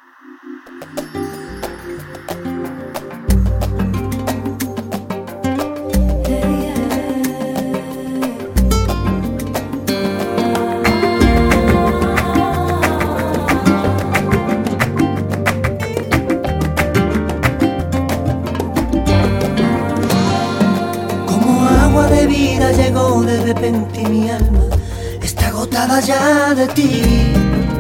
Llegó de repente y mi alma está agotada ya de ti,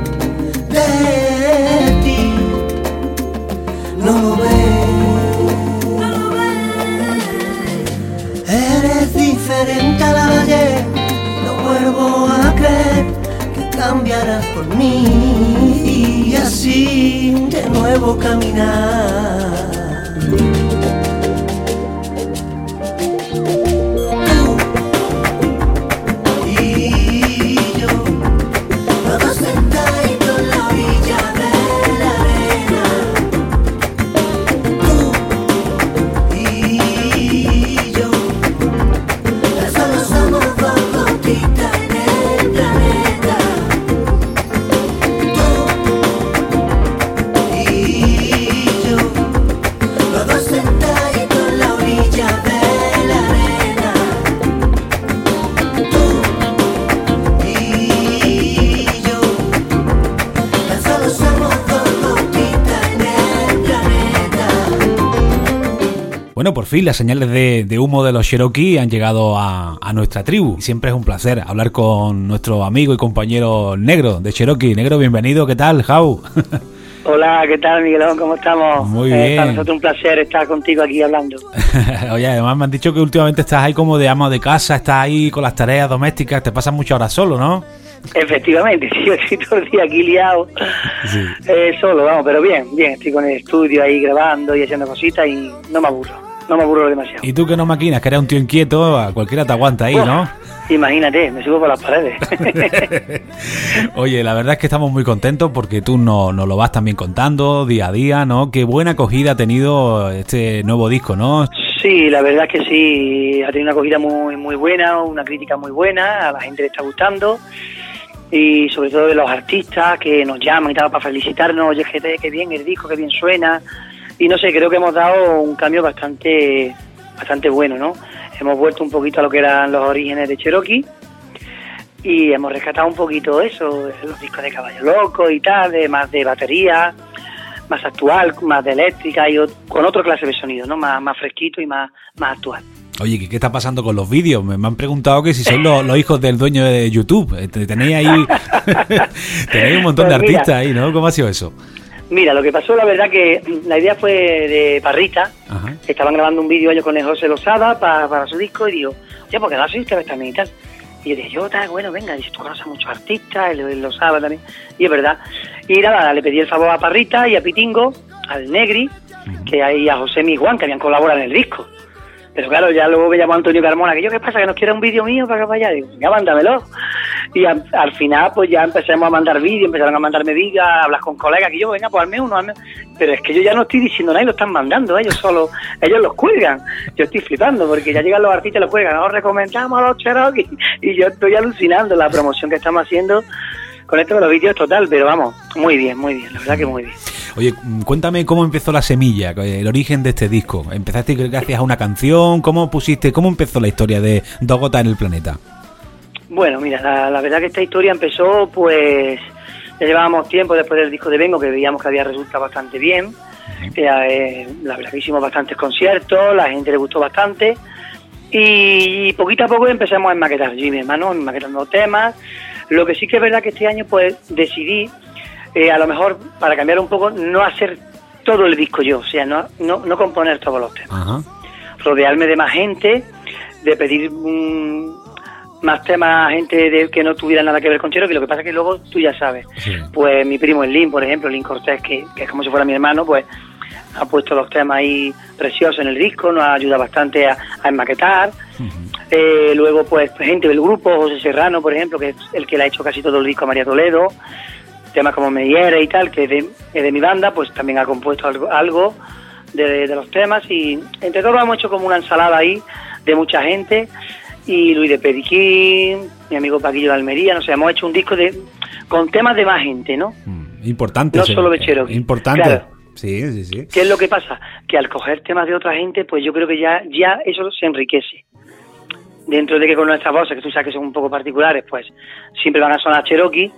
no lo ves, eres diferente a la de ayer, no vuelvo a creer que cambiarás por mí y así de nuevo caminar. Bueno, por fin las señales de humo de los Cherokee han llegado a nuestra tribu. Siempre es un placer hablar con nuestro amigo y compañero Negro de Cherokee. Negro, bienvenido. ¿Qué tal, Jau? Hola, ¿qué tal, Miguelón? ¿Cómo estamos? Muy bien. Para nosotros un placer estar contigo aquí hablando. Oye, además me han dicho que últimamente estás ahí como de amo de casa, estás ahí con las tareas domésticas, te pasas muchas horas solo, ¿no? Efectivamente, sí, yo estoy todo el día aquí liado, Sí. Solo, vamos, pero bien, estoy con el estudio ahí grabando y haciendo cositas y no me aburro demasiado. Y tú que no maquinas, que eres un tío inquieto, a cualquiera te aguanta ahí, ¿no? Imagínate, me subo por las paredes. Oye, la verdad es que estamos muy contentos porque tú nos lo vas también contando día a día, ¿no? Qué buena acogida ha tenido este nuevo disco, ¿no? Sí, la verdad es que sí, ha tenido una acogida muy buena, una crítica muy buena, a la gente le está gustando. Y sobre todo de los artistas que nos llaman y tal para felicitarnos, oye, qué bien el disco, qué bien suena. Y no sé, creo que hemos dado un cambio bastante bueno, ¿no? Hemos vuelto un poquito a lo que eran los orígenes de Cherokee y hemos rescatado un poquito eso, los discos de Caballo Loco y tal, más de batería, más actual, más de eléctrica y con otra clase de sonido, ¿no? Más fresquito y más actual. Oye, ¿qué está pasando con los vídeos? Me han preguntado que si son los hijos del dueño de YouTube. Tenéis ahí tenéis un montón de artistas ahí, ¿no? ¿Cómo ha sido eso? Mira, lo que pasó, la verdad que la idea fue de Parrita. Ajá. Estaban grabando un vídeo ellos con el José Losada para su disco y digo, oye, ¿por qué no hacéis ustedes también y tal? Y yo dije, bueno, venga, dice, tú conoces a muchos artistas, el Losada también. Y es verdad. Y nada, le pedí el favor a Parrita y a Pitingo, al Negri, que hay a José y Juan, que habían colaborado en el disco. Pero claro, ya luego me llamó Antonio Carmona, que yo, ¿qué pasa? ¿Que nos quiere un vídeo mío para que vaya? Digo, ya mándamelo. Y al final, pues ya empecemos a mandar vídeos, empezaron a mandarme vigas, a hablar con colegas, que yo, venga, pues hazme uno. Pero es que yo ya no estoy diciendo nada y lo están mandando, ellos los cuelgan. Yo estoy flipando, porque ya llegan los artistas y los cuelgan, nos recomendamos a los Cherokee, y yo estoy alucinando la promoción que estamos haciendo con esto de los vídeos total, pero vamos, muy bien, la verdad que muy bien. Oye, cuéntame cómo empezó la semilla, el origen de este disco. ¿Empezaste gracias a una canción? ¿Cómo empezó la historia de Dos Gotas en el Planeta? Bueno, mira, la verdad que esta historia empezó, pues, ya llevábamos tiempo después del disco de Vengo, que veíamos que había resultado bastante bien. La verdad que hicimos bastantes conciertos, la gente le gustó bastante. Y poquito a poco empezamos a enmaquetar, yo y mi hermano, enmaquetando temas. Lo que sí que es verdad que este año, pues, decidí, a lo mejor, para cambiar un poco, no hacer todo el disco yo, o sea, no componer todos los temas. Ajá. Rodearme de más gente, de pedir más temas a gente que no tuviera nada que ver con Cherokee. Lo que pasa es que luego tú ya sabes, sí. Pues mi primo el Lin, por ejemplo, Lin Cortés, que es como si fuera mi hermano, pues ha puesto los temas ahí preciosos en el disco, nos ayuda bastante a enmaquetar. Uh-huh. Luego, pues gente del grupo, José Serrano, por ejemplo, que es el que le ha hecho casi todo el disco a María Toledo, temas como Me Hiere y tal, que es de mi banda, pues también ha compuesto algo de los temas, y entre todos hemos hecho como una ensalada ahí de mucha gente, y Luis de Periquín, mi amigo Paquillo de Almería, no sé, hemos hecho un disco con temas de más gente, ¿no? Importante. No solo de Cherokee. Importante. Claro. Sí. ¿Qué es lo que pasa? Que al coger temas de otra gente, pues yo creo que ya eso se enriquece. Dentro de que con nuestras voces, que tú sabes que son un poco particulares, pues siempre van a sonar Cherokee,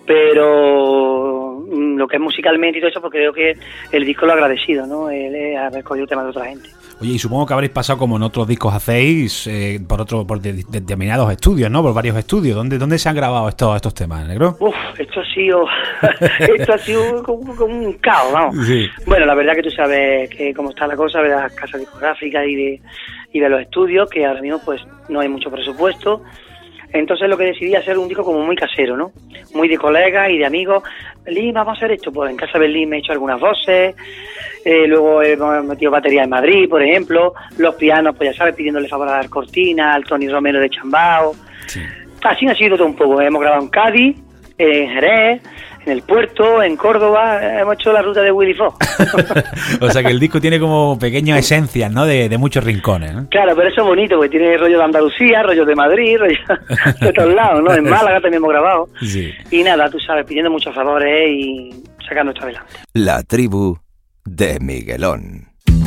pero lo que es musicalmente y todo eso, pues creo que el disco lo ha agradecido, ¿no? El haber cogido temas de otra gente. Oye, y supongo que habréis pasado, como en otros discos hacéis, por determinados estudios, ¿no? Por varios estudios. ¿Dónde se han grabado estos temas, Negro? Esto ha sido como un caos, vamos. Sí. Bueno, la verdad que tú sabes que cómo está la cosa de las casas discográficas y de los estudios, que ahora mismo pues no hay mucho presupuesto. Entonces lo que decidí hacer un disco como muy casero, ¿no? Muy de colegas y de amigos. Berlín, vamos a hacer esto. Pues en casa de Berlín me he hecho algunas voces. Luego he metido batería en Madrid, por ejemplo. Los pianos, pues ya sabes, pidiéndole favor a dar cortina, al Tony Romero de Chambao. Sí. Así ha sido todo un poco. Hemos grabado en Cádiz, en Jerez, en el Puerto, en Córdoba. Hemos hecho la ruta de Willy Fox. O sea que el disco tiene como pequeñas esencias, ¿no? De muchos rincones, ¿no? Claro, pero eso es bonito, porque tiene rollo de Andalucía, rollo de Madrid, rollo de todos lados, ¿no? En Málaga también hemos grabado. Sí. Y nada, tú sabes, pidiendo muchos favores y sacando esto adelante. La tribu de Miguelón.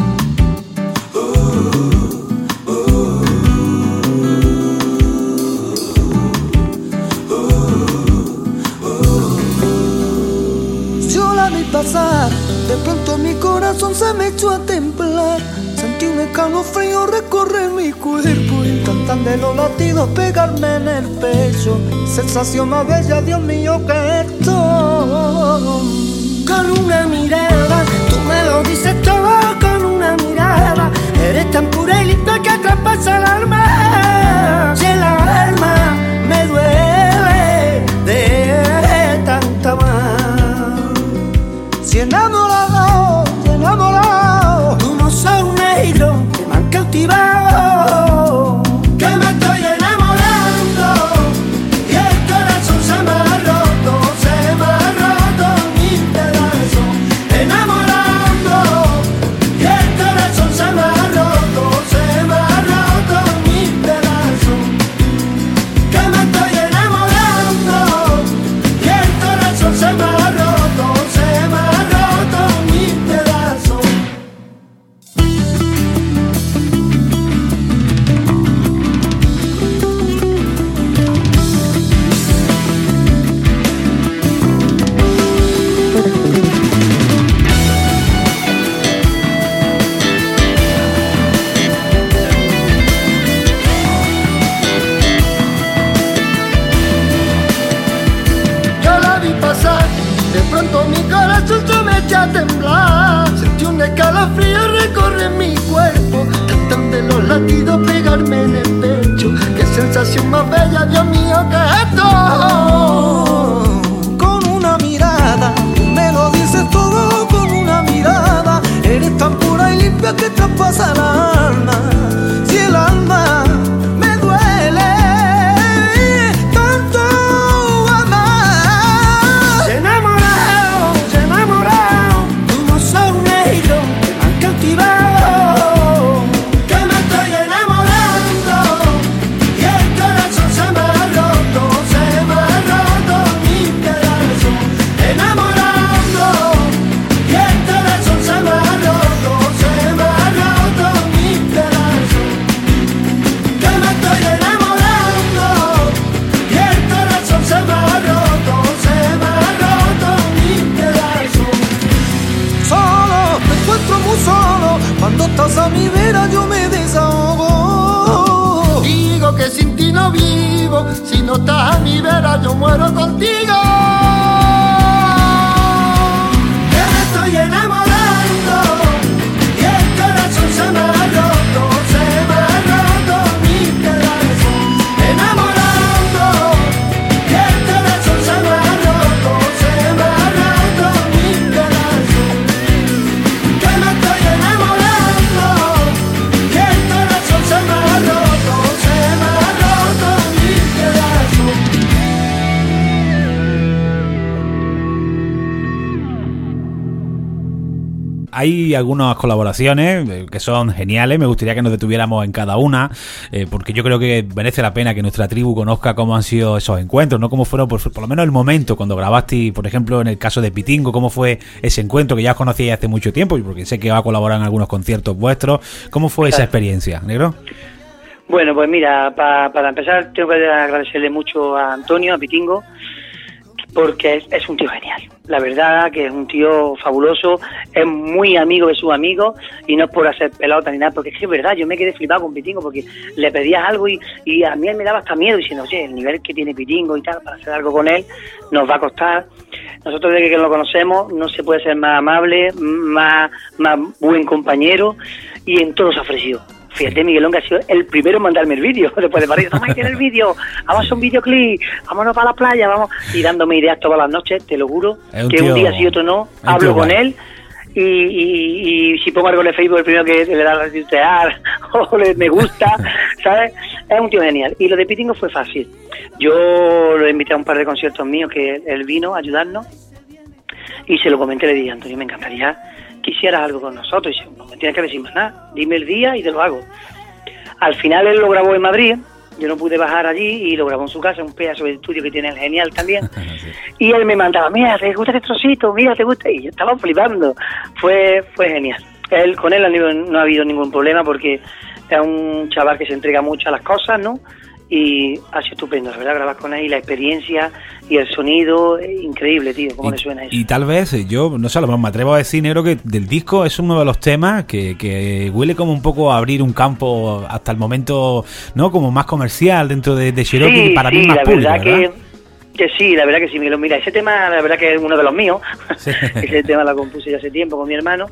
Yo la vi pasar, de pronto mi corazón se me echó a temblar. Sentí un escalofrío recorrer mi cuerpo y cantan de los latidos pegarme en el pecho. Sensación más bella, Dios mío, que esto. Con una mirada, tú me lo dices todo con una mirada. Eres tan pura y limpia que traspasa el alma. Si el alma me duele de tanta amar. Si enamorado, tú no sos un negro que me han cautivado. Que me estoy enamorando y el corazón se me ha roto mil pedazos. Enamorando y el corazón se me ha roto mil pedazos. Que me estoy enamorando y el corazón se me ha roto mil pedazos. Yo la vi pasar, de pronto mi corazón se me echa a temblar. Sentí un escalofrío recorrer mi cuerpo, cantan de los latidos pegarme en el pecho. Qué sensación más bella, Dios mío, que esto. Con una mirada, tú me lo dices todo con una mirada. Eres tan pura y limpia que traspasa el alma. Si el alma me duele tanto amar. Enamorado, tú no sos un negro que me han cautivado. Que me estoy enamorando y el corazón se me ha roto mil pedazos. Enamorando y el corazón se me ha roto mil pedazos. Que me estoy enamorando y el corazón se me ha roto mil pedazos. Solo, me encuentro muy solo. Cuando estás a mi vera yo me desahogo. Digo que sin ti no vivo. Si no estás a mi vera yo muero contigo. Que me estoy enamorando y el corazón se me ha roto mil pedazos. Enamorando y el corazón se me ha roto mil pedazos. Que me estoy enamorando y el corazón se me ha roto mil pedazos. hay algunas colaboraciones que son geniales, me gustaría que nos detuviéramos en cada una, porque yo creo que merece la pena que nuestra tribu conozca cómo han sido esos encuentros, ¿no? Cómo fueron, por lo menos el momento cuando grabaste, por ejemplo, en el caso de Pitingo, cómo fue ese encuentro, que ya os conocíais hace mucho tiempo, porque sé que va a colaborar en algunos conciertos vuestros. ¿Cómo fue esa experiencia, Negro? Bueno, pues mira, para empezar tengo que agradecerle mucho a Antonio, a Pitingo, porque es un tío genial. La verdad que es un tío fabuloso, es muy amigo de sus amigos, y no es por hacer pelota ni nada, porque es que es verdad, yo me quedé flipado con Pitingo, porque le pedías algo y a mí me daba hasta miedo, diciendo, oye, el nivel que tiene Pitingo y tal, para hacer algo con él, nos va a costar. Nosotros desde que lo conocemos no se puede ser más amable, más buen compañero, y en todo se ha ofrecido. Fíjate, Miguelón, que ha sido el primero en mandarme el vídeo. Después de París, toma, ahí tiene el vídeo, vamos a hacer un videoclip, vámonos para la playa, vamos. Y dándome ideas todas las noches, te lo juro, que un día sí, otro no, hablo con él. Y si pongo algo en el Facebook, el primero que le da a retuitear o me gusta, ¿sabes? Es un tío genial. Y lo de Pitingo fue fácil. Yo lo invité a un par de conciertos míos que él vino a ayudarnos y se lo comenté, le dije, Antonio, me encantaría que hicieras algo con nosotros. Y dice, no me tienes que decir más nada, dime el día y te lo hago. Al final él lo grabó en Madrid, yo no pude bajar allí y lo grabó en su casa, un pedazo de estudio que tiene el genial también. Sí. Y él me mandaba, mira, ¿te gusta este trocito? Mira, ¿te gusta? Y yo estaba flipando. Fue genial. Con él no ha habido ningún problema porque es un chaval que se entrega mucho a las cosas, ¿no? Y ha sido estupendo, la verdad, grabar con él, y la experiencia y el sonido, increíble, tío, cómo le suena eso. Y tal vez, yo, no sé, a lo mejor me atrevo a decir, Negro, que del disco es uno de los temas que huele como un poco a abrir un campo hasta el momento, ¿no? Como más comercial dentro de Cherokee, sí, para mí más público, ¿verdad? Que sí, la verdad que sí, Miguel. Mira, ese tema, la verdad que es uno de los míos. Sí. Ese tema lo compuse ya hace tiempo con mi hermano.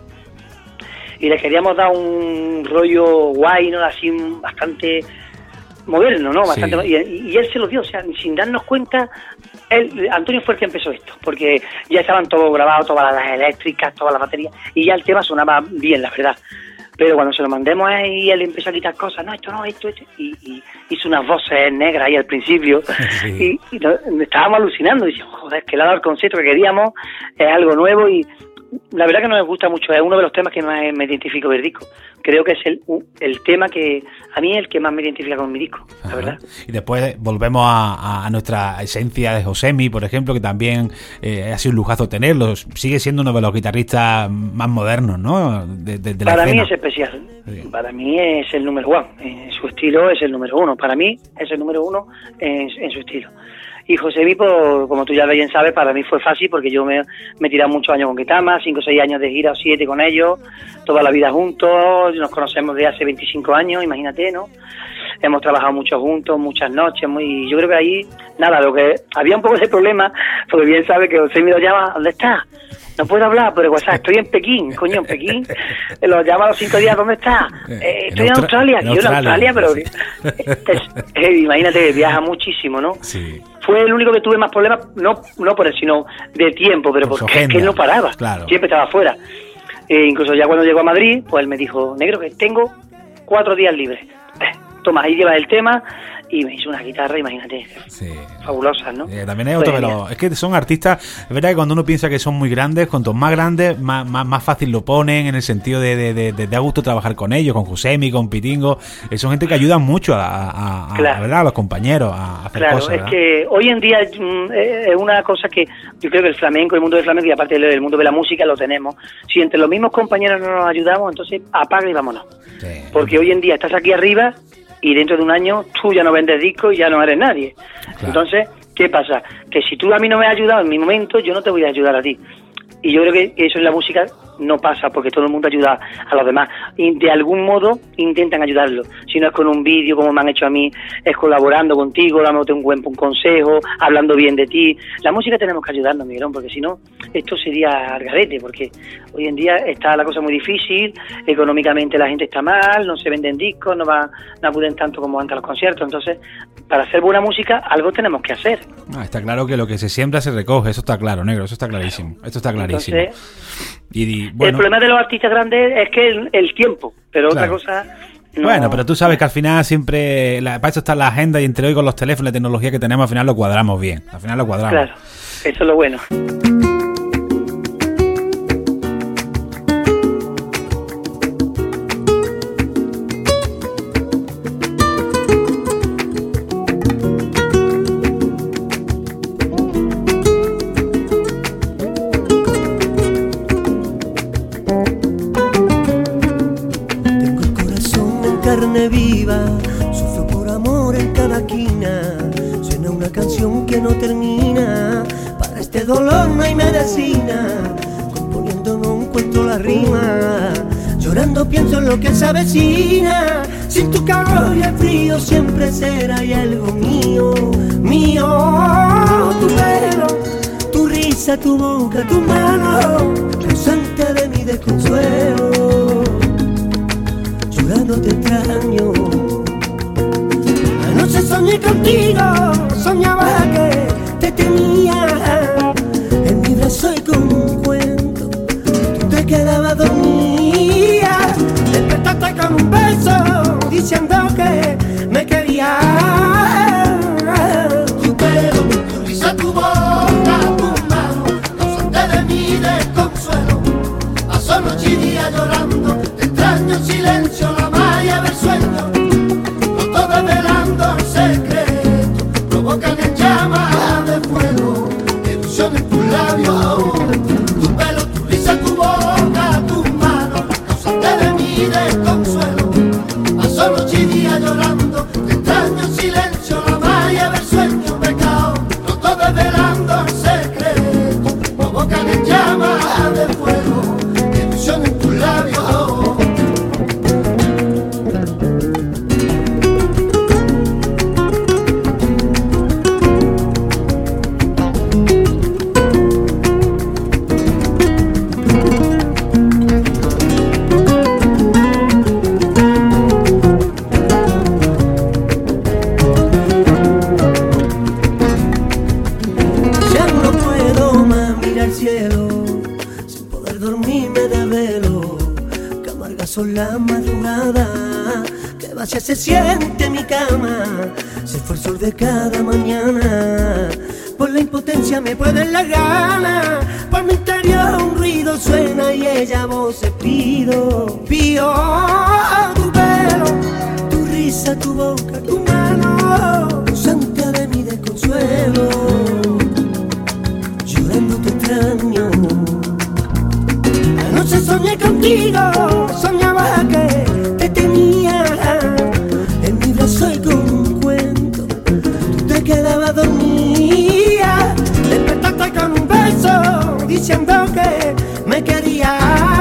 Y le queríamos dar un rollo guay, ¿no? Así bastante moderno, ¿no? Bastante, sí. Y él se lo dio, o sea, sin darnos cuenta, Antonio fue el que empezó esto, porque ya estaban todos grabados, todas las eléctricas, todas las baterías, y ya el tema sonaba bien, la verdad. Pero cuando se lo mandemos a él, y él empezó a quitar cosas, no, esto, y hizo unas voces negras ahí al principio, sí. y estábamos alucinando, y decíamos, joder, que le ha dado el concepto que queríamos, es algo nuevo, y la verdad que nos gusta mucho, es uno de los temas que más me identifico del disco. Creo que es el tema que a mí es el que más me identifica con mi disco, la verdad. Y después volvemos a nuestra esencia de Josemi, por ejemplo, que también ha sido un lujazo tenerlo. Sigue siendo uno de los guitarristas más modernos, ¿no? De la Para escena. mí es especial. Sí. Para mí es el número uno. En su estilo es el número uno. Para mí es el número uno en su estilo. Y Josemi, como tú ya bien sabes, para mí fue fácil porque yo me he tirado muchos años con Guitama, 5 o 6 años de gira o 7 con ellos, toda la vida juntos, nos conocemos desde hace 25 años, imagínate, ¿no? Hemos trabajado mucho juntos, muchas noches, y yo creo que ahí, nada, lo que había un poco de problema, porque bien sabe que Josemi lo llama, ¿dónde está? No puedo hablar por el WhatsApp, estoy en Pekín, coño, en Pekín. Lo llama a los 5 días, ¿dónde está? Estoy en Australia. Yo en Australia, pero imagínate, viaja muchísimo, ¿no? Sí. Fue el único que tuve más problemas, no por él, sino de tiempo, pero porque es que él no paraba, claro. Siempre estaba afuera. Incluso ya cuando llegó a Madrid, pues él me dijo, Negro, que tengo 4 días libres. Toma, ahí lleva el tema. Y me hizo una guitarra, imagínate, sí. Fabulosas, ¿no? También hay otro, pero es que son artistas, es verdad que cuando uno piensa que son muy grandes, cuanto más grandes, más fácil lo ponen, en el sentido de a gusto trabajar con ellos, con Josemi, con Pitingo. Son gente que ayudan mucho claro. ¿verdad? A los compañeros a hacer claro, cosas. Claro, es que hoy en día es una cosa que yo creo que el flamenco, el mundo del flamenco y aparte del mundo de la música lo tenemos. Si entre los mismos compañeros no nos ayudamos, entonces apaga y vámonos. Sí. Porque hoy en día estás aquí arriba y dentro de un año tú ya no vendes discos y ya no eres nadie. Claro. Entonces, ¿qué pasa? Que si tú a mí no me has ayudado en mi momento, yo no te voy a ayudar a ti. Y yo creo que eso en la música no pasa, porque todo el mundo ayuda a los demás. Y de algún modo intentan ayudarlo. Si no es con un vídeo, como me han hecho a mí, es colaborando contigo, dándote un buen consejo, hablando bien de ti. La música tenemos que ayudarnos, Miguelón, porque si no, esto sería al garete, porque hoy en día está la cosa muy difícil, económicamente la gente está mal, no se venden discos, no acuden tanto como antes a los conciertos. Entonces, para hacer buena música, algo tenemos que hacer. Está claro que lo que se siembra se recoge, eso está claro, Negro, eso está clarísimo. Esto está clarísimo. Entonces, bueno, el problema de los artistas grandes es que el tiempo, pero claro. Otra cosa... No. Bueno, pero tú sabes que al final siempre, para eso está la agenda y entre hoy con los teléfonos, la tecnología que tenemos, al final lo cuadramos bien, al final lo cuadramos. Claro, eso es lo bueno. Cuando pienso en lo que se avecina, sin tu calor y el frío siempre será hay algo mío, mío. Tu pelo, tu risa, tu boca, tu mano, causante de mi desconsuelo. Llorando te extraño. Anoche soñé contigo, soñaba que te tenía en mi brazo y con un cuento tú te quedabas dormida. Despertaste con un beso diciendo que me querías. Tu pelo, tu risa, tu boca, tu mano, causante de mi desconsuelo. Paso noche y día llorando, te extraño en silencio, la malla del sueño. No todo desvelando el secreto, provocan en llamas de fuego, ilusión en tus labios. Tu pelo, tu risa, tu boca, tu mano, causante de mi desconsuelo. Paso noche y día llorando, te extraño en silencio, la malla del sueño. Pecado, no todo desvelando el secreto, provocan en llamas de fuego, ilusión en tus labios. Ya no puedo más mirar al cielo, sin poder dormirme de velo. Que amargas son las madrugadas, que vacía se siente mi cama. Se fue el sol de cada mañana, por la impotencia me pueden las ganas. Por mi interior un ruido suena y ella voces pido, pido. Tu pelo, tu risa, tu boca, tu mano, santa de mi desconsuelo. Llorando te extraño. Anoche soñé contigo, soñaba que te tenía en mi brazo y con un cuento tú te quedabas dormida. Despertaste con un beso diciendo que me querías.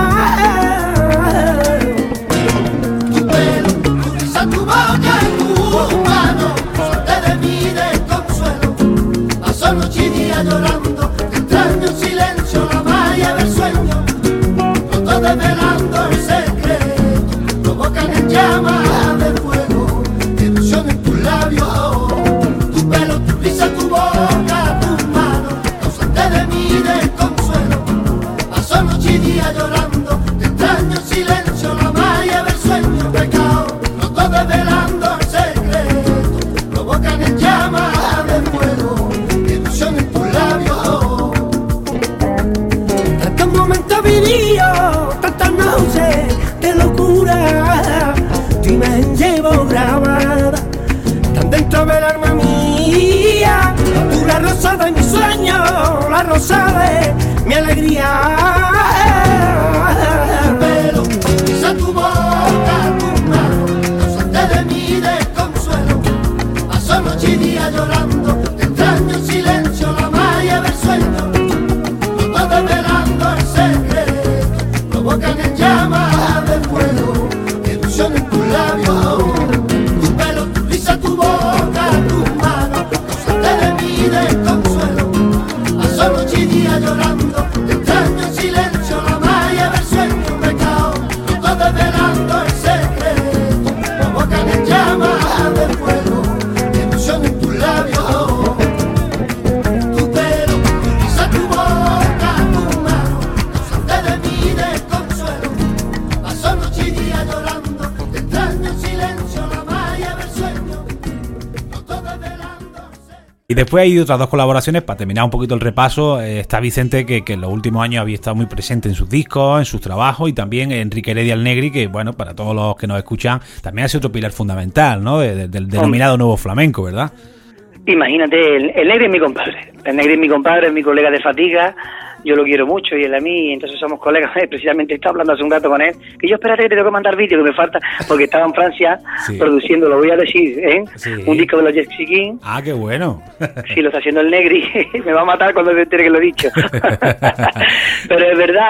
Tu pelo, tu risa, tu boca, tu mano, suerte de mi desconsuelo. Paso noche y día llorando, te extraño en silencio, la malla del sueño. No todo desvelando el secreto, provocan en llamas de fuego, ilusión en tus labios. Tu pelo, tu risa, tu boca, tu mano, causante de mi desconsuelo. Paso noche y día llorando, te extraño en silencio, la malla del sueño. Pecado, no todo desvelando el secreto, provocan en llamas de fuego, ilusión en tus labios. Tantos momentos vividos, tantas noches de locura, tu imagen llevo grabada tan dentro del alma mía. Tú la rosa de mi sueño, la rosa de mi alegría. Tu pelo, tu risa, tu boca, tu mano, causante de mi desconsuelo. Paso noche y día llorando, te extraño en silencio, la malla del sueño. No todo desvelando el secreto, provocan en llamas de fuego, ilusión en tus labios. Tu pelo, tu risa, tu boca, tu mano, causante de mi desconsuelo. Paso noche y día llorando, te extraño en silencio, la malla del sueño. Pecado, no todo desvelando el secreto, provocan en llamas de fuego, ilusión en tus labios. Tu pelo, tu risa, tu boca, tu mano, causante de mi desconsuelo. Paso noche y día llorando, te extraño en silencio, la malla del sueño. No todo desvelando el secreto. Y después hay otras dos colaboraciones, para terminar un poquito el repaso. Está Vicente, que en los últimos años había estado muy presente en sus discos, en sus trabajos, y también Enrique Heredia el Negri, que bueno, para todos los que nos escuchan, también hace otro pilar fundamental, ¿no? Del denominado nuevo flamenco, ¿verdad? Imagínate, el Negri es mi compadre. El Negri es mi compadre, es mi colega de fatiga. Yo lo quiero mucho y él a mí, entonces somos colegas. Precisamente estaba hablando hace un rato con él, que yo espérate que te tengo que mandar vídeo, que me falta, porque estaba en Francia produciendo, lo voy a decir, un disco de los Jet Ski King. Ah, qué bueno. Sí, lo está haciendo el Negri, me va a matar cuando se entere que lo he dicho. Pero es verdad,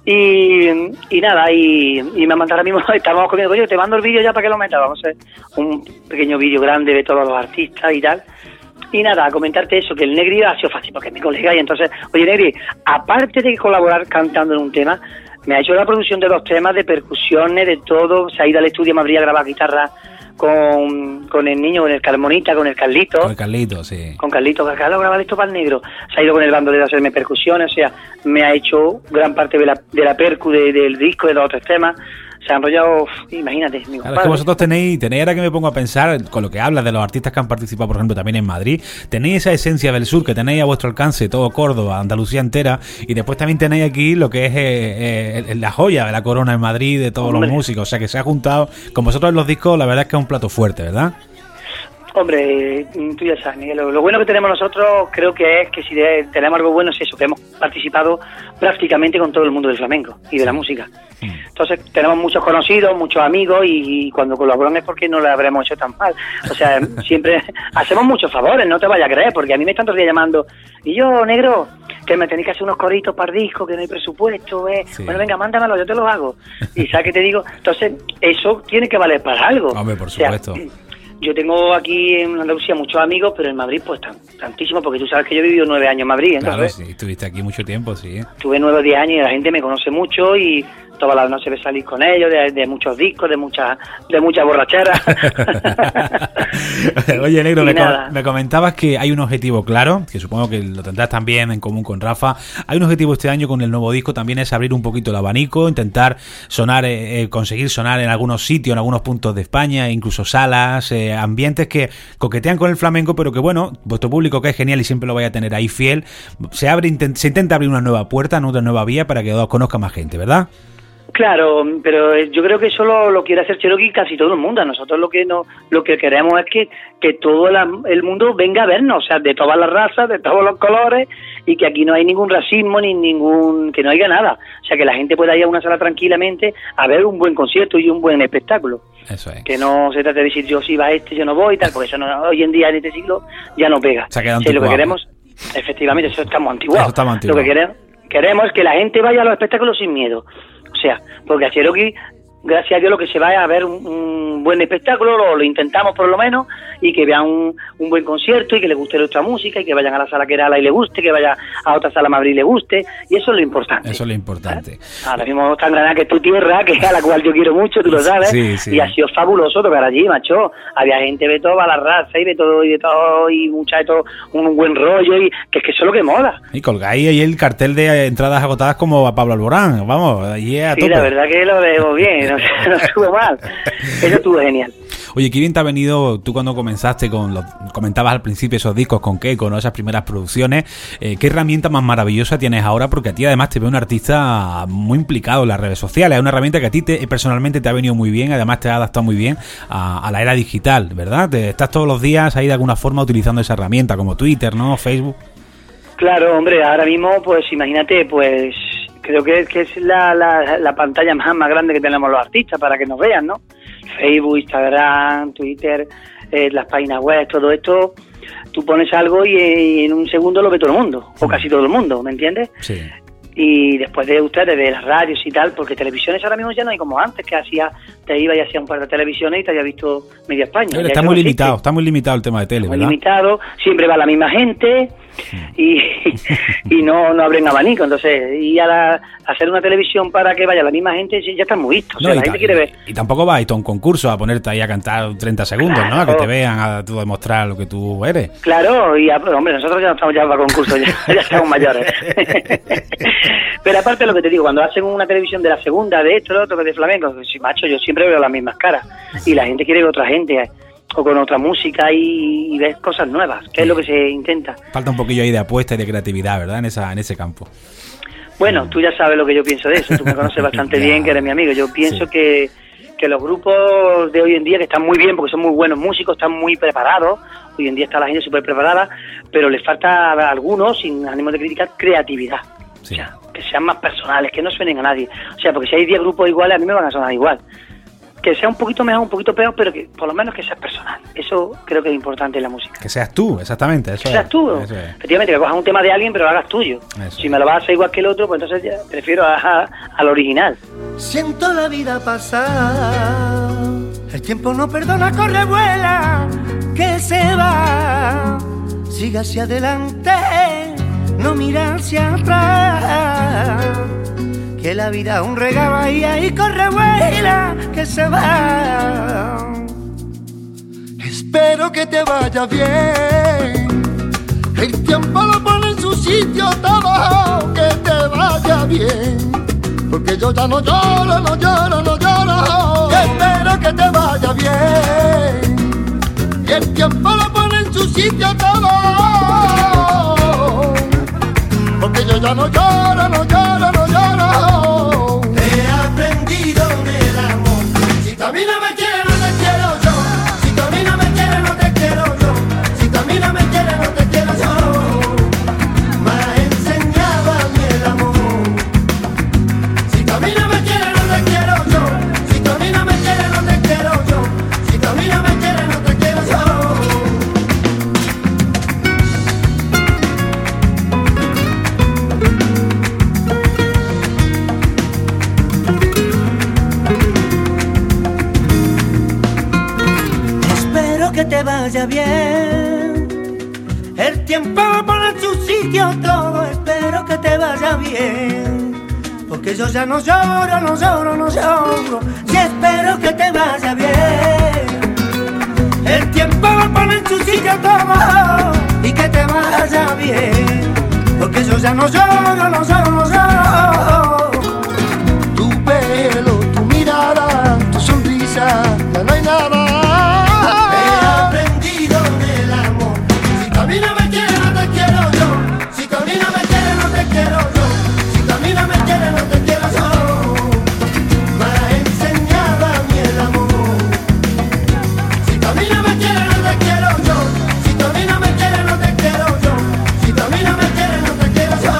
Y nada, y me han mandado ahora mismo, estamos comiendo, oye, te mando el vídeo ya para que lo metas, vamos a hacer un pequeño vídeo grande de todos los artistas y tal. Y nada, a comentarte eso, que el Negri ha sido fácil, porque es mi colega, y entonces, oye Negri, aparte de colaborar cantando en un tema, me ha hecho la producción de 2 temas, de percusiones, de todo, se ha ido al estudio a Madrid a grabar guitarra con el niño, con el Carmonita, con el Carlito. Con el Carlito, sí. Con Carlito, que acaba de grabar esto para el negro. Se ha ido con el bandolero a hacerme percusiones, o sea, me ha hecho gran parte de la percu del disco, de los otros temas. Se ha enrollado, imagínate, mi Claro, es que vosotros tenéis, ahora que me pongo a pensar, con lo que hablas de los artistas que han participado, por ejemplo, también en Madrid, tenéis esa esencia del sur que tenéis a vuestro alcance, todo Córdoba, Andalucía entera, y después también tenéis aquí lo que es la joya de la corona en Madrid, de todos los músicos, o sea que se ha juntado, con vosotros en los discos, la verdad es que es un plato fuerte, ¿verdad? Hombre, tú ya sabes, Miguel, lo bueno que tenemos nosotros creo que es que si tenemos algo bueno es eso, que hemos participado prácticamente con todo el mundo del flamenco y de la música. Entonces tenemos muchos conocidos, muchos amigos y cuando colaboran es porque no lo habremos hecho tan mal. O sea, siempre hacemos muchos favores, no te vayas a creer, porque a mí me están todos los días llamando y yo, negro, que me tenéis que hacer unos coritos para el disco, que no hay presupuesto, sí. Bueno, venga, mándamelo, yo te lo hago. Y ¿sabes qué te digo? Entonces, eso tiene que valer para algo. Hombre, por supuesto. O sea, yo tengo aquí en Andalucía muchos amigos, pero en Madrid pues tantísimo, porque tú sabes que yo he vivido 9 años en Madrid. Entonces, claro, sí, estuviste aquí mucho tiempo, sí. Tuve 9 o 10 años y la gente me conoce mucho y todas las noches me salís con ellos, de muchos discos, de muchas borracheras. Oye, negro, me comentabas que hay un objetivo claro, que supongo que lo tendrás también en común con Rafa. Hay un objetivo este año con el nuevo disco, también es abrir un poquito el abanico, intentar sonar, conseguir sonar en algunos sitios, en algunos puntos de España, incluso salas, ambientes que coquetean con el flamenco, pero que bueno, vuestro público, que es genial y siempre lo vaya a tener ahí fiel, se intenta abrir una nueva puerta, una nueva vía para que os conozca más gente, ¿verdad? Claro, pero yo creo que eso lo quiere hacer Cherokee casi todo el mundo. Nosotros lo que queremos es que todo el mundo venga a vernos, o sea, de todas las razas, de todos los colores, y que aquí no hay ningún racismo ni que no haya nada. O sea, que la gente pueda ir a una sala tranquilamente a ver un buen concierto y un buen espectáculo. Eso es. Que no se trate de decir yo si va yo no voy y tal, porque eso hoy en día en este siglo ya no pega. Se ha quedado anticuado. Lo que queremos, efectivamente, eso estamos antiguados. Lo que queremos es que la gente vaya a los espectáculos sin miedo. O sea, porque a Cherokee, gracias a Dios, lo que se va es a ver un buen espectáculo, lo intentamos por lo menos, y que vean un buen concierto y que les guste nuestra música y que vayan a la sala Querala y le guste, que vaya a otra sala Madrid y le guste, y eso es lo importante. Eso es lo importante. Ahora mismo está en Granada, que es tu tierra, que es a la cual yo quiero mucho, tú lo sabes, sí. Y ha sido fabuloso tocar allí, macho. Había gente de toda la raza y de todo, y mucha de todo, un buen rollo, y que es que eso es lo que mola. Y colgáis ahí el cartel de entradas agotadas como a Pablo Alborán, vamos, allí a tope. Sí, la verdad que lo veo bien, no estuvo mal, eso estuvo genial. Oye, qué bien te ha venido tú cuando comenzaste comentabas al principio esos discos con Keiko, ¿no? Esas primeras producciones. ¿Qué herramienta más maravillosa tienes ahora? Porque a ti además te veo un artista muy implicado en las redes sociales. Es una herramienta que a ti personalmente te ha venido muy bien, además te ha adaptado muy bien a la era digital, ¿verdad? Estás todos los días ahí de alguna forma utilizando esa herramienta, como Twitter, ¿no? Facebook. Claro, hombre, ahora mismo, pues imagínate, pues creo que es la pantalla más grande que tenemos los artistas para que nos vean, ¿no? Facebook, Instagram, Twitter, las páginas web, todo esto, tú pones algo y en un segundo lo ve todo el mundo, o casi todo el mundo, ¿me entiendes? Sí. Y después de ustedes, de las radios y tal, porque televisiones ahora mismo ya no hay como antes, que te iba y hacía un par de televisiones y te había visto media España. Está muy limitado el tema de tele, ¿verdad? Muy limitado, siempre va la misma gente y no abren abanico, entonces, y hacer una televisión para que vaya la misma gente, ya están muy vistos, o sea, la gente quiere ver. Y tampoco vas a un concurso a ponerte ahí a cantar 30 segundos, claro, ¿no? A que te vean, a tú demostrar lo que tú eres. Claro, y hombre, nosotros ya no estamos ya para concursos, ya estamos mayores. Pero aparte lo que te digo, cuando hacen una televisión de la segunda, de esto, de otro, de flamenco, si macho, yo siempre veo las mismas caras, y la gente quiere ver otra gente, o con otra música y ves cosas nuevas, que es lo que se intenta. Falta un poquillo ahí de apuesta y de creatividad, ¿verdad? En ese campo. Bueno, tú ya sabes lo que yo pienso de eso, tú me conoces bastante bien, que eres mi amigo. Yo pienso que los grupos de hoy en día, que están muy bien porque son muy buenos músicos, están muy preparados, hoy en día está la gente súper preparada, pero les falta a algunos, sin ánimo de criticar, creatividad. Sí. O sea, que sean más personales, que no suenen a nadie. O sea, porque si hay 10 grupos iguales, a mí me van a sonar igual. que sea un poquito mejor, un poquito peor, pero que por lo menos que seas personal. Eso creo que es importante en la música. Que seas tú, exactamente. Eso que seas tú. Eso es. Efectivamente, que cojas un tema de alguien, pero lo hagas tuyo. Eso. Si me lo vas a hacer igual que el otro, pues entonces ya prefiero al original. Siento la vida pasar, el tiempo no perdona, corre, vuela, que se va. Siga hacia adelante, no mira hacia atrás, que la vida es un regalo y ahí corre, vuela, que se va. Espero que te vaya bien, el tiempo lo pone en su sitio todo, que te vaya bien, porque yo ya no lloro, no lloro, no lloro. Espero que te vaya bien, y el tiempo lo pone en su sitio todo, porque yo ya no lloro, no lloro, no lloro. He aprendido del amor. Si tú a mí no me quieres, no te quiero yo. Si tú a mí no me quieres, no te quiero yo. Si tú a mí no me quieres, no te quiero yo. Me has enseñado a mí el amor. Si tú a mí no me quieres, no te quiero yo. Si tú a mí no me quieres, no te quiero yo. Si tú a mí no me quieres, no te quiero yo. Que te vaya bien, el tiempo pone en su sitio todo. Espero que te vaya bien, porque yo ya no lloro, no lloro, no lloro. Y espero que te vaya bien, el tiempo pone en su sitio todo, y que te vaya bien, porque yo ya no lloro, no lloro, no lloro. Tu pelo, tu mirada, tu sonrisa, ya no hay nada. Si tú a mí no me quieres, no te quiero yo. Si tú a mí no me quieres, no te quiero yo. Si tú a mí no me quieres, no te quiero yo. Me has enseñado a mí el amor. Si tú a mí no me quieres, no te quiero yo. Si tú a mí no me quieres, no te quiero yo. Si tú a mí no me quieres, no te quiero yo.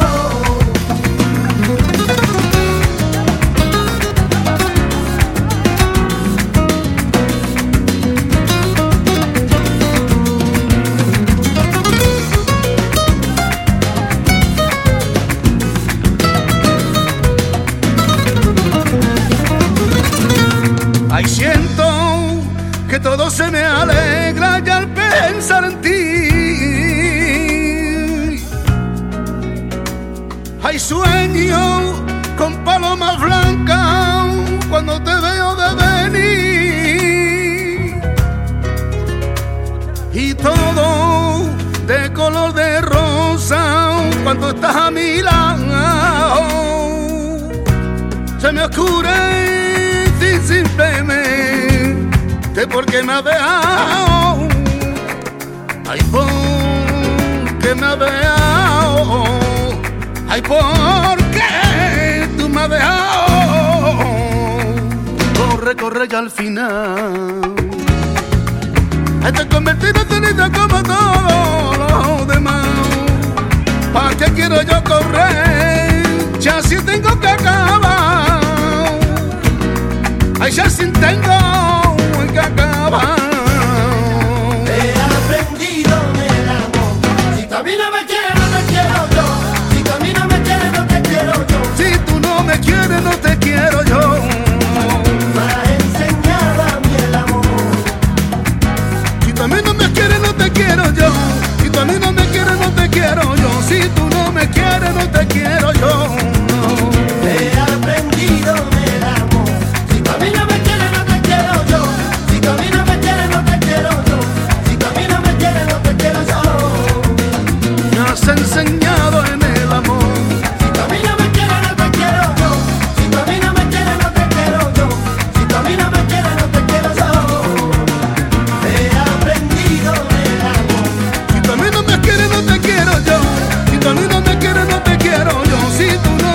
Ay, siento que todo se me alegra ya al pensar en ti. Ay, sueño con palomas blancas cuando te veo de venir. Y todo de color de rosa cuando estás a mi lado. Se me oscurece simplemente porque me ha dejado. Ay, porque me ha dejado. Ay, porque tú me has dejado. Corre, corre ya al final. Estoy convertido en ceniza como todos los demás. ¿Para qué quiero yo correr? Ya si tengo que acabar. Ay, ya sin tengo que acabar. He aprendido del amor. Si tú a mí no me quieres, no te quiero yo. Si tú a mí no me quieres, no te quiero yo. Si tú no me quieres, no te quiero yo. Me has enseñado a mí el amor. Si tú a mí no me quieres, no te quiero yo. Si tú a mí no me quieres, no te quiero yo. Si tú no me quieres, no te quiero yo. He aprendido del amor. Si tú a mí no me quieres, no te quiero yo. Si tú a mí no me quieres, no te quiero yo. Si tú a mí no me quieres, no te quiero yo. Me has enseñado en el amor. Si tú a mí no me quieres, no te quiero yo. Si tú a mí no me quieres, no te quiero yo. Si tú a mí no me quieres, no te quiero yo. He aprendido del amor. Si tú a mí no me quieres, no te quiero yo. Si tú a mí no me quieres, no te quiero yo. Si tú no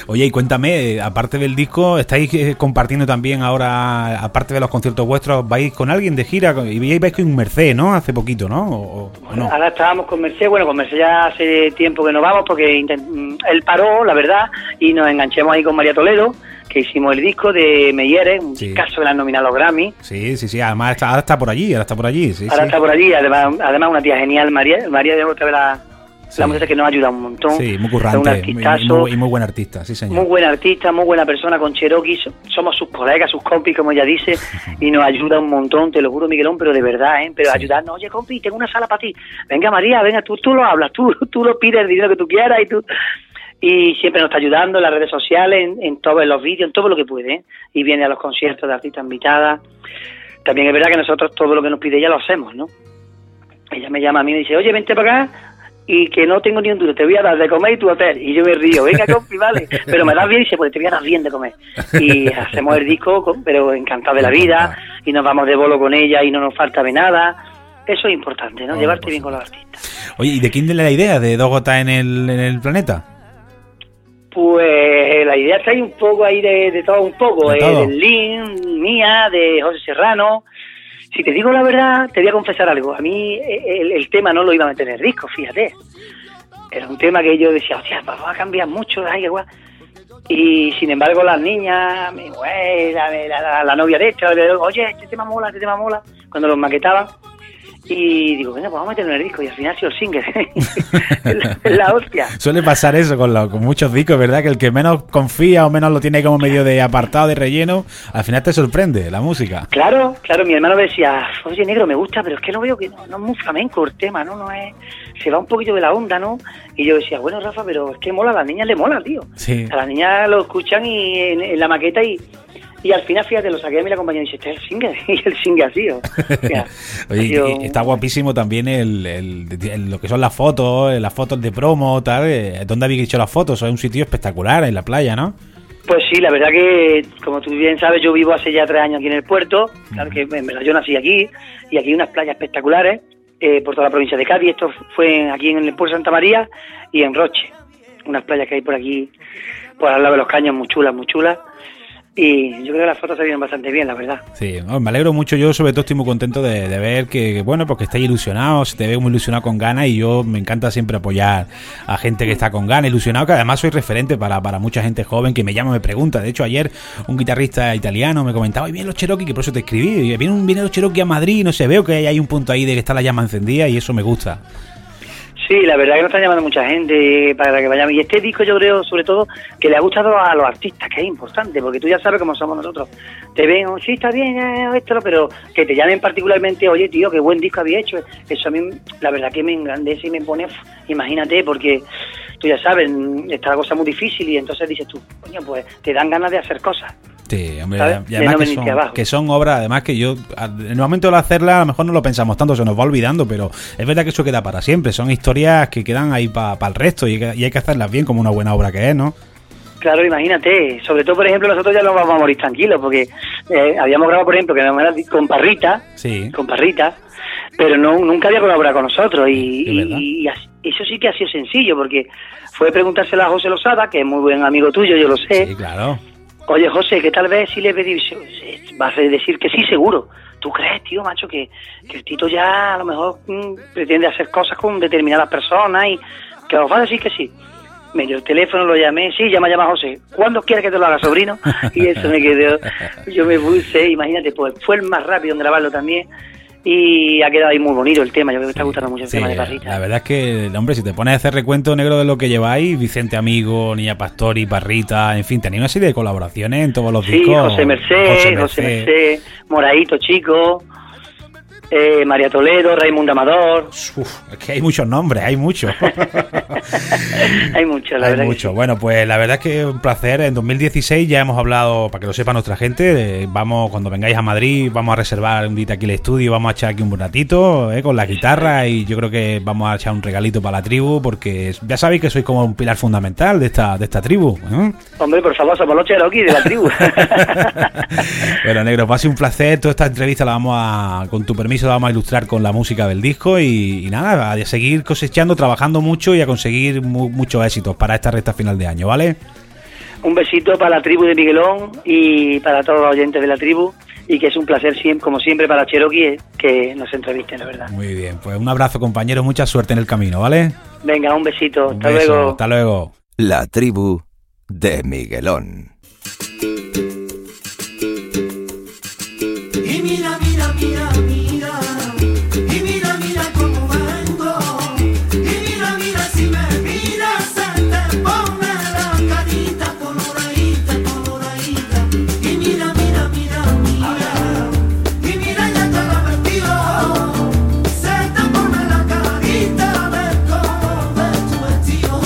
Oye, y cuéntame, aparte del disco, ¿estáis compartiendo también ahora, aparte de los conciertos vuestros, vais con alguien de gira? Y vais con Merced, ¿no? Hace poquito, ¿no? ¿O no? Ahora estábamos con Merced, bueno, con Merced ya hace tiempo que no vamos porque él paró, la verdad, y nos enganchamos ahí con María Toledo, que hicimos el disco de Meyeres, un caso que la han nominado a los Grammy. Sí, además ahora está por allí, sí. Está por allí, además una tía genial, María de otra vez la muchacha que nos ayuda un montón. Sí, muy currante, un artistazo, y muy buen artista, sí señor. Muy buen artista, muy buena persona con Cherokee, somos sus colegas, sus compis, como ella dice, y nos ayuda un montón, te lo juro, Miguelón, pero de verdad, pero ayudarnos, oye, compi, tengo una sala para ti, venga María, venga, tú lo hablas, tú lo pides el dinero que tú quieras y siempre nos está ayudando en las redes sociales, en todos los vídeos, en todo lo que puede, y viene a los conciertos de artistas invitadas. También es verdad que nosotros todo lo que nos pide ella lo hacemos, ¿no? Ella me llama a mí y me dice, oye, vente para acá, y que no tengo ni un duro, te voy a dar de comer y tu hotel. Y yo me río, venga, compi, vale, pero me das bien, y dice, pues te voy a dar bien de comer. Y hacemos el disco, pero encantado de la vida, y nos vamos de bolo con ella y no nos falta de nada. Eso es importante, ¿no? Llevarte bien con los artistas. Oye, ¿y de quién es la idea de Dos Gotas en el Planeta? Pues la idea está ahí un poco ahí de todo un poco, todo. Del Lin, mía, de José Serrano. Si te digo la verdad, te voy a confesar algo. A mí el tema no lo iba a meter en el disco, fíjate. Era un tema que yo decía, hostia, va a cambiar mucho, ay, qué guay. Y sin embargo las niñas, mi mujer, la novia de esta, oye, este tema mola, cuando los maquetaban. Y digo, venga, pues vamos a meterlo en el disco. Y al final ha sido el single. es la hostia. Suele pasar eso con muchos discos, ¿verdad? Que el que menos confía o menos lo tiene como medio de apartado, de relleno, al final te sorprende la música. Claro, mi hermano me decía, oye, negro, me gusta, pero es que lo veo que no es muy flamenco el tema, ¿no? Es, se va un poquito de la onda, ¿no? Y yo decía, bueno, Rafa, pero es que mola, a las niñas le mola, tío. Sí. A las niñas lo escuchan y en la maqueta y al final, fíjate, lo saqué de mi compañía y dice, este es el single, y el single así, ¿no? Oye, está guapísimo también lo que son las fotos de promo, tal. ¿Dónde habéis hecho las fotos? Es un sitio espectacular, en la playa, ¿no? Pues sí, la verdad que, como tú bien sabes, yo vivo hace ya 3 años aquí en el puerto, claro que en verdad yo nací aquí, y aquí hay unas playas espectaculares por toda la provincia de Cádiz. Esto fue aquí en el puerto de Santa María y en Roche, unas playas que hay por aquí, por al lado de los caños, muy chulas, y yo creo que las fotos se vieron bastante bien, la verdad. Sí, me alegro mucho. Yo sobre todo estoy muy contento de ver que bueno, porque estáis ilusionados, se te ve muy ilusionado con ganas, y yo me encanta siempre apoyar a gente que está con ganas, ilusionado, que además soy referente para mucha gente joven que me llama, me pregunta. De hecho, ayer un guitarrista italiano me comentaba, vienen los Cherokee, que por eso te escribí, y vienen los Cherokee a Madrid, no sé, veo que hay un punto ahí de que está la llama encendida y eso me gusta. Sí, la verdad que nos están llamando mucha gente para que vayamos. Y este disco yo creo, sobre todo, que le ha gustado a los artistas, que es importante, porque tú ya sabes cómo somos nosotros. Te ven, sí, está bien, esto, pero que te llamen particularmente, oye, tío, qué buen disco había hecho. Eso a mí, la verdad que me engrandece y me pone, imagínate, porque tú ya sabes, está la cosa muy difícil y entonces dices tú, coño, pues te dan ganas de hacer cosas. Sí, hombre, y además que son obras, además que yo, en el momento de hacerla a lo mejor no lo pensamos tanto, se nos va olvidando, pero es verdad que eso queda para siempre, son historias que quedan ahí para el resto y hay que hacerlas bien como una buena obra que es, ¿no? Claro, imagínate, sobre todo, por ejemplo, nosotros ya no vamos a morir tranquilos, porque habíamos grabado, por ejemplo, que no era con Parrita, pero nunca había colaborado con nosotros, y eso sí que ha sido sencillo, porque fue preguntárselo a José Losada, que es muy buen amigo tuyo, yo lo sé. Sí, claro. Oye, José, que tal vez si le pedís, vas a decir que sí, seguro. ¿Tú crees, tío, macho, que el Tito ya a lo mejor pretende hacer cosas con determinadas personas y que os va a decir que sí? Me dio el teléfono, lo llamé, sí, llama a José. ¿Cuándo quieres que te lo haga, sobrino? Y eso me quedó, yo me puse, imagínate, pues fue el más rápido en grabarlo también. Y ha quedado ahí muy bonito el tema. Yo creo que está gustando mucho el tema de Parrita. La verdad es que, hombre, si te pones a hacer recuento negro de lo que lleváis, Vicente Amigo, Niña Pastori, Parrita, en fin, tenéis una serie de colaboraciones en todos los discos. José Merced, Moradito Chico, María Toledo, Raimundo Amador. Es que hay muchos nombres, hay muchos. Hay muchos, la verdad. Hay muchos. Sí. Bueno, pues la verdad es que un placer. En 2016 ya hemos hablado, para que lo sepa nuestra gente, vamos, cuando vengáis a Madrid, vamos a reservar un día aquí el estudio, vamos a echar aquí un ratito con la guitarra, y yo creo que vamos a echar un regalito para la tribu, porque ya sabéis que sois como un pilar fundamental de esta tribu. Hombre, por favor, somos los Cherokee de la tribu. Bueno, negro, pase un placer. Toda esta entrevista la vamos a, con tu permiso, vamos a ilustrar con la música del disco y nada, a seguir cosechando, trabajando mucho y a conseguir muchos éxitos para esta recta final de año, ¿vale? Un besito para la tribu de Miguelón y para todos los oyentes de la tribu, y que es un placer, como siempre, para Cherokee que nos entrevisten, la verdad. Muy bien, pues un abrazo, compañero, mucha suerte en el camino, ¿vale? Venga, un besito, hasta luego. Hasta luego. La tribu de Miguelón. Y mira, mira, mira, mira, y mira, mira cómo vengo, y mira, mira si me miras se te pone la carita coloradita, coloradita, y mira, mira, mira, mira, y mira ya te la vestido, se te pone la carita del color de tu vestido.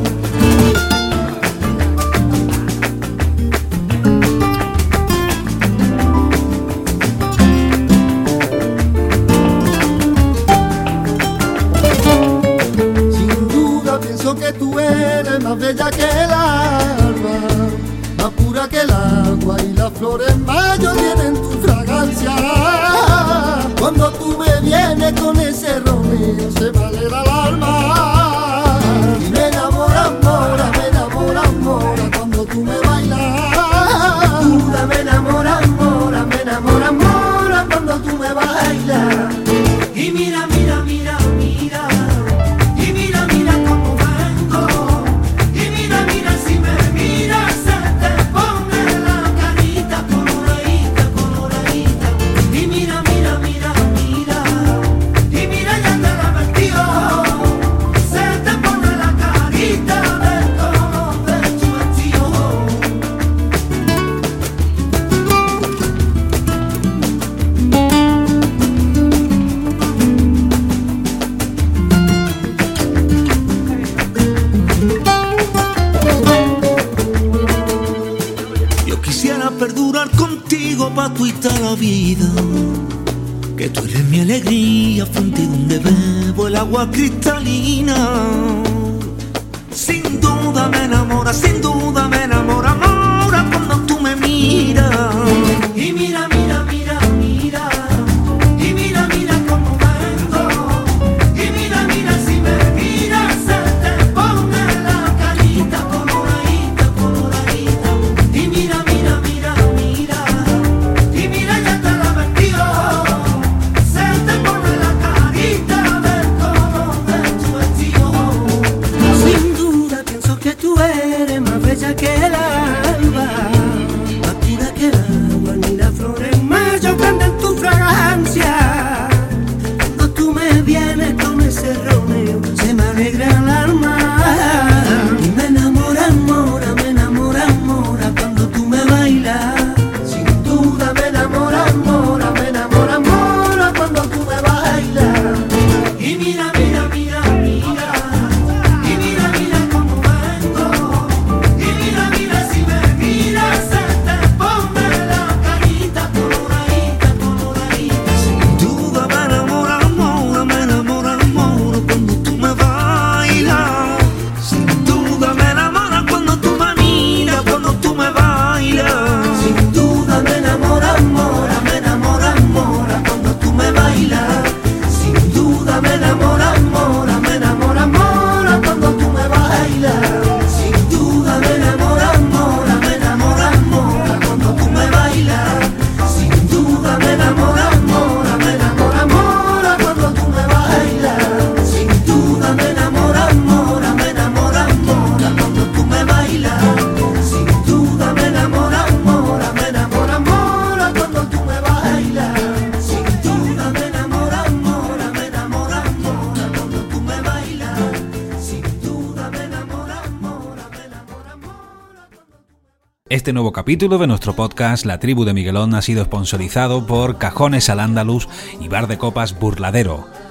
Que tú eres más bella que el alba, más pura que el agua, y las flores en mayo tienen tu fragancia. Cuando tú me vienes con ese romeo se me alegra el alma, y me enamora, mora, me enamora, mora cuando tú me bailas. Tú me enamora, mora, me enamora, mora cuando tú me bailas. Y mira, mira, mira, mira, y mira, mira cómo perdurar contigo pa' toda la vida, que tú eres mi alegría, fuente donde bebo el agua cristalina. Sin duda me enamora, sin duda me enamora, amora cuando tú me miras. Y mira, mira, mira, mira, y mira, mira cómo vengo, y mira, mira si me miras se te pone la carita coloradita, coloradita, y mira, mira, mira, mira, y mira ya te la vestido, se te pone la carita del color de tu vestido. Sin duda pienso que tú eres más bella que el alba, más pura que el agua, ni las flores más yo prenden tu fragancia. Cuando tú me vienes con ese romeo se me alegra el alma, y me enamora, mora, me enamora, mora cuando tú me bailas. Sin duda me enamora, mora, me enamora, mora cuando tú me bailas. Y mira, mira, mira, mira, y mira, mira cómo vengo, y mira, mira si me miras se te pone la carita coloradita, coloradita. Sin duda me enamora, mora, me enamora, mora cuando tú me bailas. Sin duda me enamora cuando tú me miras, cuando tú me bailas. Sin duda me enamora, mora, me enamora, mora cuando tú me bailas. Sin duda me enamora, mora, me enamora, mora cuando tú me bailas. Sin duda me enamora, mora, me enamora, mora cuando tú me bailas. Sin duda me enamora, mora, me enamora, mora cuando tú me bailas. Sin duda me enamora, mora, me enamora, mora cuando tú me bailas. Sin duda me enamora, mora, me enamora, mora cuando tú me bailas. Sin duda me enamora, mora, me enamora, mora cuando tú me bailas. Sin duda me enamora, mora, me enamora, mora. Este nuevo capítulo de nuestro podcast La Tribu de Miguelón ha sido sponsorizado por Cajones al Andaluz y Bar de Copas Burladero.